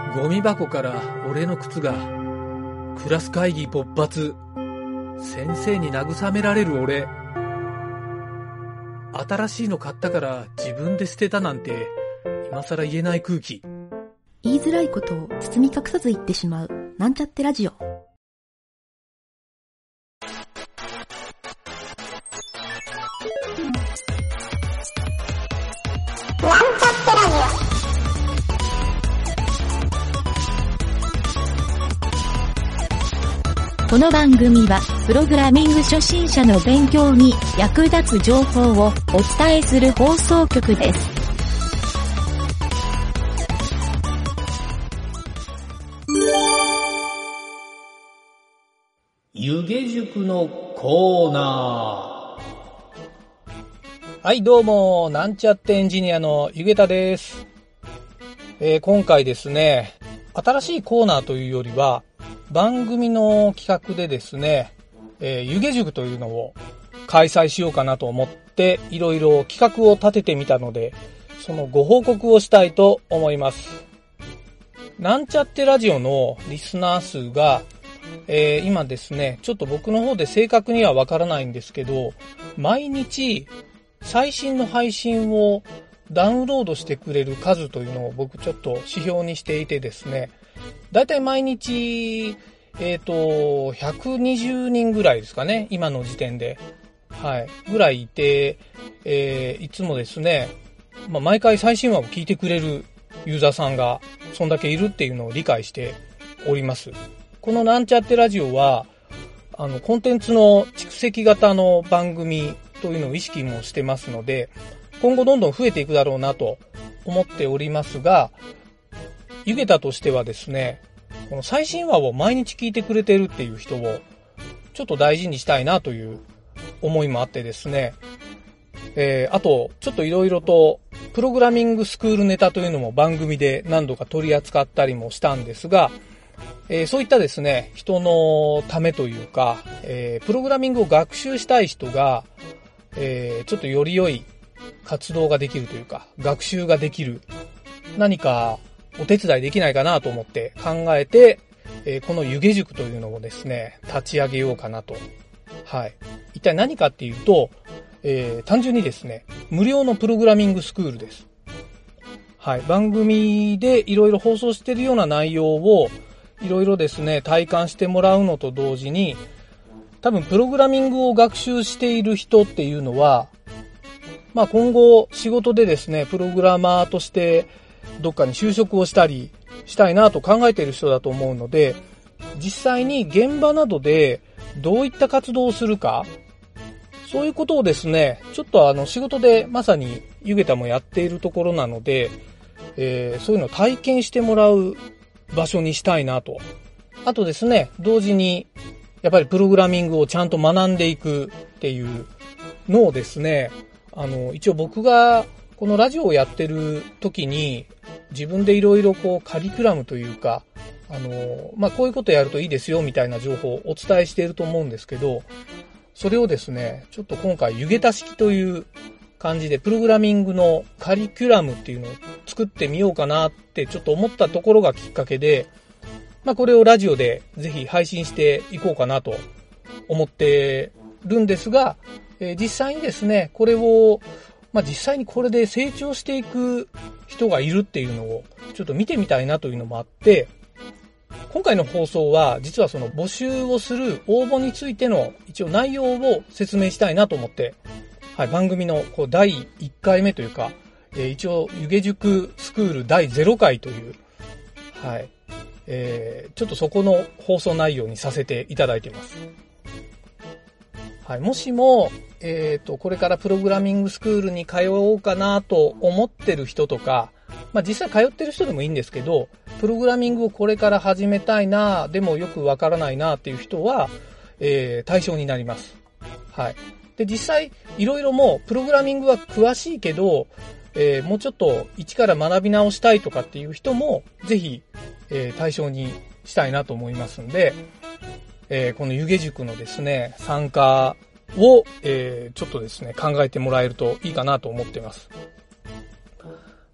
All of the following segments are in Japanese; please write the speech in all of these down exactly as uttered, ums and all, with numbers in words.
ゴミ箱から俺の靴が、クラス会議勃発、先生に慰められる俺。新しいの買ったから自分で捨てたなんて、今更言えない空気。 言いづらいことを包み隠さず言ってしまう、なんちゃってラジオ。この番組はプログラミング初心者の勉強に役立つ情報をお伝えする放送局です。 湯気塾のコーナー。はい、どうも、なんちゃってエンジニアの湯気田です。えー、今回ですね、新しいコーナーというよりは、番組の企画でですね、えー、湯気塾というのを開催しようかなと思って、いろいろ企画を立ててみたので、そのご報告をしたいと思います。なんちゃってラジオのリスナー数が、えー、今ですね、ちょっと僕の方で正確にはわからないんですけど、毎日最新の配信をダウンロードしてくれる数というのを僕ちょっと指標にしていてですね、だいたい毎日、えっと、ひゃくにじゅうにんぐらいですかね、今の時点で。はい。ぐらいいて、えー、いつもですね、まあ、毎回最新話を聞いてくれるユーザーさんが、そんだけいるっていうのを理解しております。このなんちゃってラジオは、あの、コンテンツの蓄積型の番組というのを意識もしてますので、今後どんどん増えていくだろうなと思っておりますが、湯気田としてはですね、この最新話を毎日聞いてくれてるっていう人をちょっと大事にしたいなという思いもあってですね、えー、あとちょっといろいろとプログラミングスクールネタというのも番組で何度か取り扱ったりもしたんですが、えー、そういったですね、人のためというか、えー、プログラミングを学習したい人が、えー、ちょっとより良い活動ができるというか、学習ができる何かお手伝いできないかなと思って考えて、えー、この湯気塾というのをですね、立ち上げようかなと。はい。一体何かっていうと、えー、単純にですね、無料のプログラミングスクールです。はい。番組でいろいろ放送しているような内容をいろいろですね、体感してもらうのと同時に、多分プログラミングを学習している人っていうのは、まあ今後仕事でですね、プログラマーとしてどっかに就職をしたりしたいなと考えている人だと思うので、実際に現場などでどういった活動をするか、そういうことをですね、ちょっとあの仕事でまさに湯気田もやっているところなので、えー、そういうのを体験してもらう場所にしたいなと。あとですね、同時にやっぱりプログラミングをちゃんと学んでいくっていうのをですね、あの一応僕がこのラジオをやってる時に自分でいろいろこうカリキュラムというか、あの、まあ、こういうことやるといいですよみたいな情報をお伝えしていると思うんですけど、それをですね、ちょっと今回湯気田式という感じでプログラミングのカリキュラムっていうのを作ってみようかなってちょっと思ったところがきっかけで、まあ、これをラジオでぜひ配信していこうかなと思ってるんですが、えー、実際にですね、これをまあ、実際にこれで成長していく人がいるっていうのをちょっと見てみたいなというのもあって、今回の放送は実はその募集をする応募についての一応内容を説明したいなと思って、はい、番組のこうだいいっかいめというか、えー、一応湯気塾スクールだいゼロかいという、はい、えー、ちょっとそこの放送内容にさせていただいています。はい、もしも、えっと、これからプログラミングスクールに通おうかなと思ってる人とか、まあ実際通ってる人でもいいんですけど、プログラミングをこれから始めたいな、でもよくわからないなっていう人は、えー、対象になります。はい。で、実際、いろいろもう、プログラミングは詳しいけど、えー、もうちょっと一から学び直したいとかっていう人も、ぜひ、えー、対象にしたいなと思いますんで、えー、この湯気塾のですね、参加を、えー、ちょっとですね、考えてもらえるといいかなと思っています。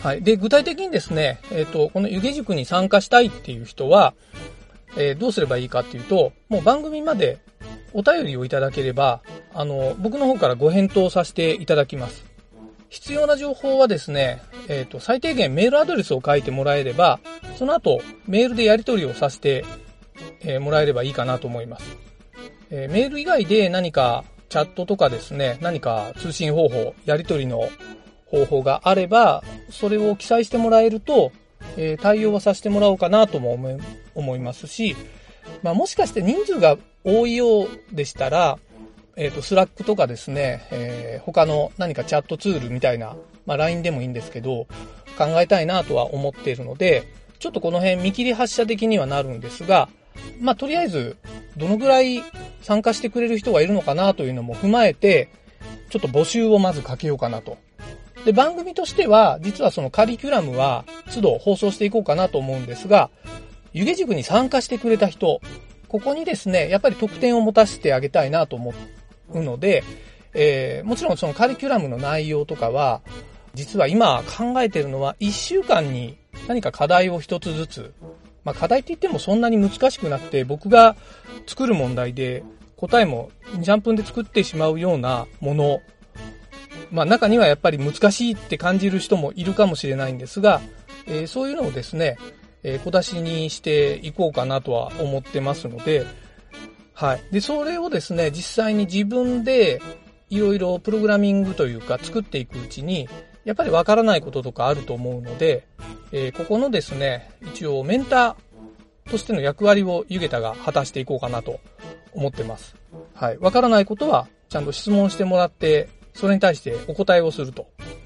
はい。で、具体的にですね、えっと、この湯気塾に参加したいっていう人は、えー、どうすればいいかっていうと、もう番組までお便りをいただければ、あの、僕の方からご返答させていただきます。必要な情報はですね、えっと、最低限メールアドレスを書いてもらえれば、その後、メールでやり取りをさせて、えー、もらえればいいかなと思います。えー、メール以外で何かチャットとかですね、何か通信方法、やり取りの方法があれば、それを記載してもらえると、えー、対応はさせてもらおうかなとも思い、思いますし、まあ、もしかして人数が多いようでしたら、えっと、スラックとかですね、えー、他の何かチャットツールみたいな、まあ、ライン でもいいんですけど、考えたいなとは思っているので、ちょっとこの辺見切り発車的にはなるんですが、まあ、とりあえず、どのぐらい参加してくれる人がいるのかなというのも踏まえて、ちょっと募集をまずかけようかなと。で、番組としては、実はそのカリキュラムは都度放送していこうかなと思うんですが、湯気塾に参加してくれた人、ここにですね、やっぱり特典を持たせてあげたいなと思うので、えー、もちろんそのカリキュラムの内容とかは、実は今考えているのは、いっしゅうかんに何か課題を一つずつ、まあ課題って言ってもそんなに難しくなくて、僕が作る問題で答えもに、さんぷんで作ってしまうようなもの、まあ中にはやっぱり難しいって感じる人もいるかもしれないんですが、えー、そういうのをですね、えー、小出しにしていこうかなとは思ってますので、はい。で、それをですね、実際に自分でいろいろプログラミングというか作っていくうちに、やっぱりわからないこととかあると思うので、えー、ここのですね、一応メンターとしての役割をゆげたが果たしていこうかなと思ってます。はい。わからないことはちゃんと質問してもらって、それに対してお答えをすると。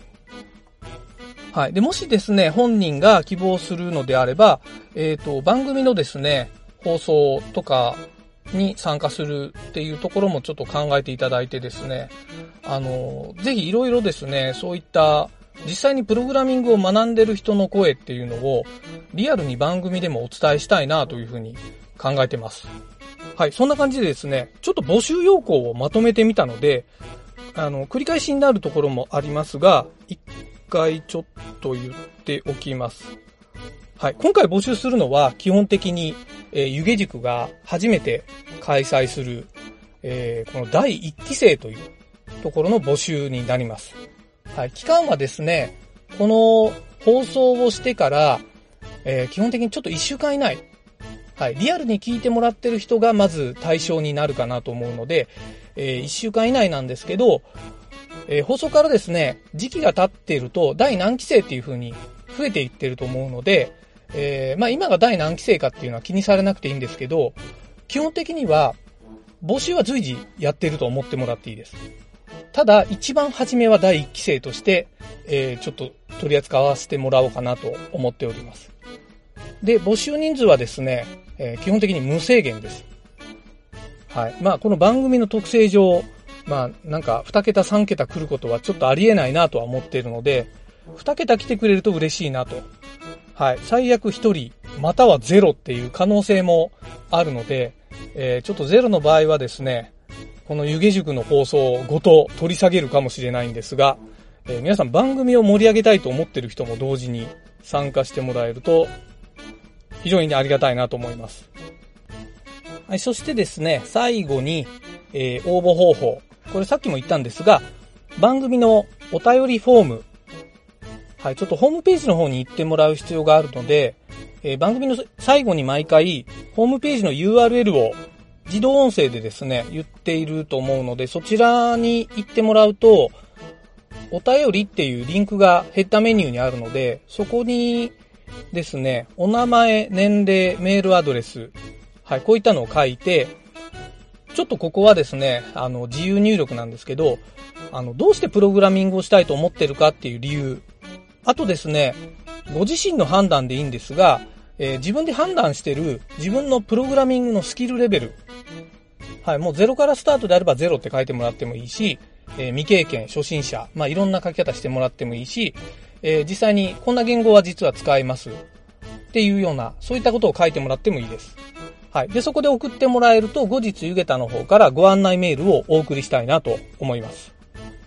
はい。で、もしですね、本人が希望するのであれば、えっと、番組のですね、放送とかに参加するっていうところもちょっと考えていただいてですね、あの、ぜひいろいろですね、そういった実際にプログラミングを学んでる人の声っていうのをリアルに番組でもお伝えしたいなというふうに考えてます。はい。そんな感じでですね、ちょっと募集要項をまとめてみたので、あの、繰り返しになるところもありますが、一回ちょっと言っておきます。はい。今回募集するのは基本的に、えー、湯気塾が初めて開催する、えー、このだいいっき生というところの募集になります。はい。期間はですね、この放送をしてから、えー、基本的にちょっといっしゅうかん以内、はい。リアルに聞いてもらってる人がまず対象になるかなと思うので、えー、いっしゅうかん以内なんですけど、えー、放送からですね、時期が経っていると第何期生っていう風に増えていってると思うので、えー、まあ今が第何期生かっていうのは気にされなくていいんですけど、基本的には募集は随時やっていると思ってもらっていいです。ただ一番初めはだいいっき生として、えー、ちょっと取り扱わせてもらおうかなと思っております。で、募集人数はですね、えー、基本的に無制限です。はい。まあこの番組の特性上、まあなんかに桁さん桁来ることはちょっとありえないなとは思っているので、に桁来てくれると嬉しいなと。はい。最悪ひとり、またはゼロっていう可能性もあるので、えー、ちょっとゼロの場合はですね、この湯気塾の放送ごと取り下げるかもしれないんですが、えー、皆さん番組を盛り上げたいと思っている人も同時に参加してもらえると非常にありがたいなと思います。はい。そしてですね、最後に、えー、応募方法。これさっきも言ったんですが、番組のお便りフォーム。はい、ちょっとホームページの方に行ってもらう必要があるので、えー、番組の最後に毎回、ホームページの ユーアールエル を自動音声でですね、言っていると思うので、そちらに行ってもらうと、お便りっていうリンクがヘッダーメニューにあるので、そこにですね、お名前、年齢、メールアドレス、はい、こういったのを書いて、ちょっとここはですね、あの、自由入力なんですけど、あの、どうしてプログラミングをしたいと思ってるかっていう理由。あとですね、ご自身の判断でいいんですが、えー、自分で判断してる自分のプログラミングのスキルレベル。はい、もうゼロからスタートであればゼロって書いてもらってもいいし、えー、未経験、初心者、まあ、いろんな書き方してもらってもいいし、えー、実際にこんな言語は実は使いますっていうような、そういったことを書いてもらってもいいです。はい。で、そこで送ってもらえると、後日ゆげたの方からご案内メールをお送りしたいなと思います。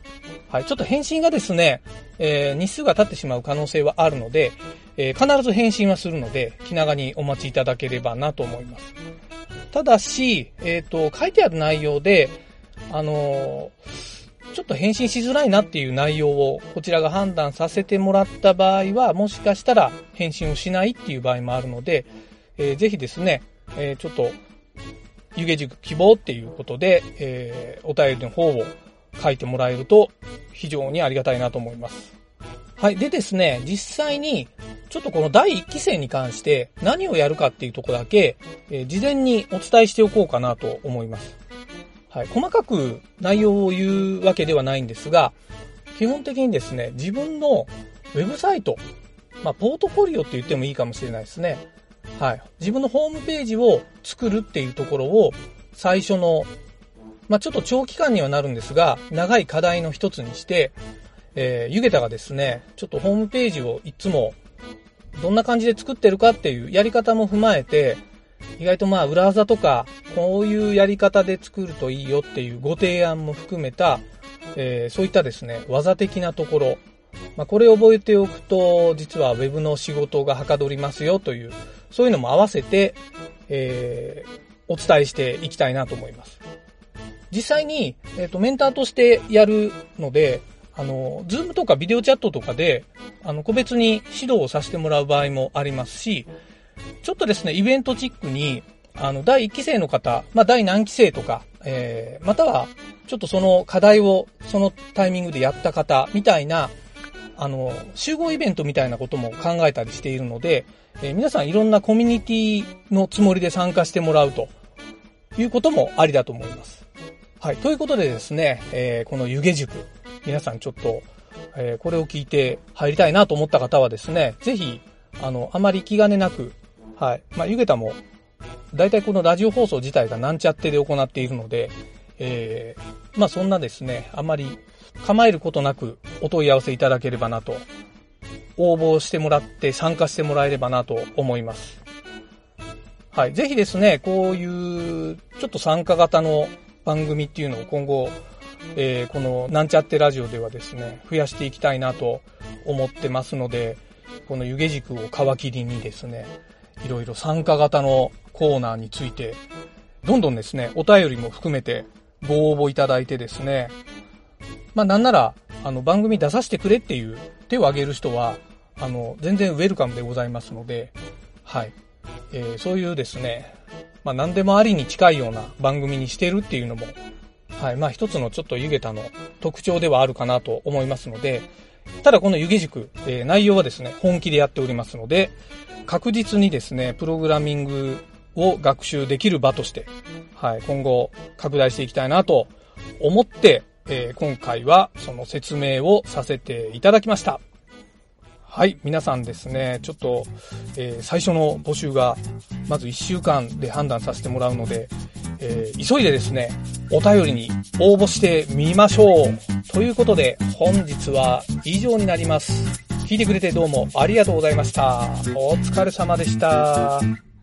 はい。ちょっと返信がですね、えー、日数が経ってしまう可能性はあるので、えー、必ず返信はするので、気長にお待ちいただければなと思います。ただし、えっと、書いてある内容で、あのー、ちょっと返信しづらいなっていう内容をこちらが判断させてもらった場合は、もしかしたら返信をしないっていう場合もあるので、えー、ぜひですね、えー、ちょっと、湯気塾希望っていうことで、えー、お便りの方を書いてもらえると非常にありがたいなと思います。はい。でですね、実際にちょっとこのだいいっきせいに関して何をやるかっていうところだけ、えー、事前にお伝えしておこうかなと思います。はい。細かく内容を言うわけではないんですが、基本的にですね、自分のウェブサイト、まあ、ポートフォリオって言ってもいいかもしれないですね。はい。自分のホームページを作るっていうところを最初の、まあ、ちょっと長期間にはなるんですが、長い課題の一つにして、えー、ゆげたがですね、ちょっとホームページをいつもどんな感じで作ってるかっていうやり方も踏まえて、意外とまあ裏技とか、こういうやり方で作るといいよっていうご提案も含めた、えー、そういったですね、技的なところ、まあ、これを覚えておくと、実はウェブの仕事がはかどりますよという、そういうのも合わせて、えー、お伝えしていきたいなと思います。実際に、えっと、メンターとしてやるので、あの、ズームとかビデオチャットとかで、あの、個別に指導をさせてもらう場合もありますし、ちょっとですね、イベントチックに、あの、だいいっきせいの方、まあ、だい何期生とか、えー、または、ちょっとその課題をそのタイミングでやった方、みたいな、あの、集合イベントみたいなことも考えたりしているので、えー、皆さんいろんなコミュニティのつもりで参加してもらうということもありだと思います。はい。ということでですね、えー、この湯気塾、皆さんちょっと、えー、これを聞いて入りたいなと思った方はですね、ぜひ、あの、あまり気兼ねなく、はい。まあ、湯気たも、だいたいこのラジオ放送自体がなんちゃってで行っているので、えー、まあ、そんなですね、あまり構えることなくお問い合わせいただければなと、応募してもらって参加してもらえればなと思います。はい。ぜひですね、こういう、ちょっと参加型の番組っていうのを今後、えー、このなんちゃってラジオではですね、増やしていきたいなと思ってますので、この湯気軸を皮切りにですね、いろいろ参加型のコーナーについて、どんどんですね、お便りも含めてご応募いただいてですね、まあなんなら、あの番組出させてくれっていう手を挙げる人は、あの、全然ウェルカムでございますので、はい。えー、そういうですね、まあ何でもありに近いような番組にしてるっていうのも、はい。まあ一つのちょっと湯気たの特徴ではあるかなと思いますので、ただこの湯気塾、えー、内容はですね、本気でやっておりますので、確実にですね、プログラミングを学習できる場として、はい。今後拡大していきたいなと思って、えー、今回はその説明をさせていただきました。はい。皆さんですね、ちょっと、えー、最初の募集がまずいっしゅうかんで判断させてもらうので、えー、急いでですね、お便りに応募してみましょう。ということで、本日は以上になります。聞いてくれてどうもありがとうございました。お疲れ様でした。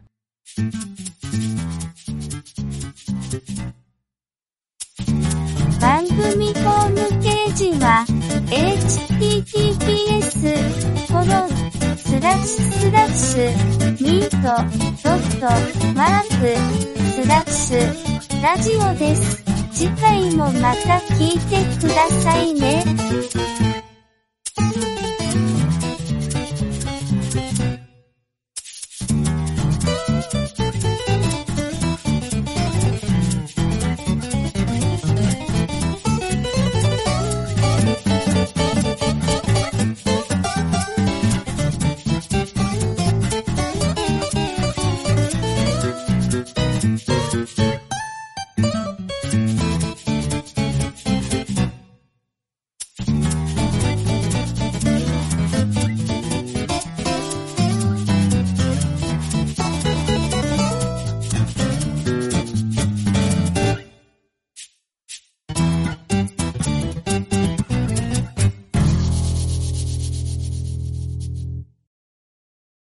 番組ホームページは エイチティーティーピーエス コロンスラッシュスラッシュミートドットマークスラッシュラジオです。次回もまた聞いてくださいね。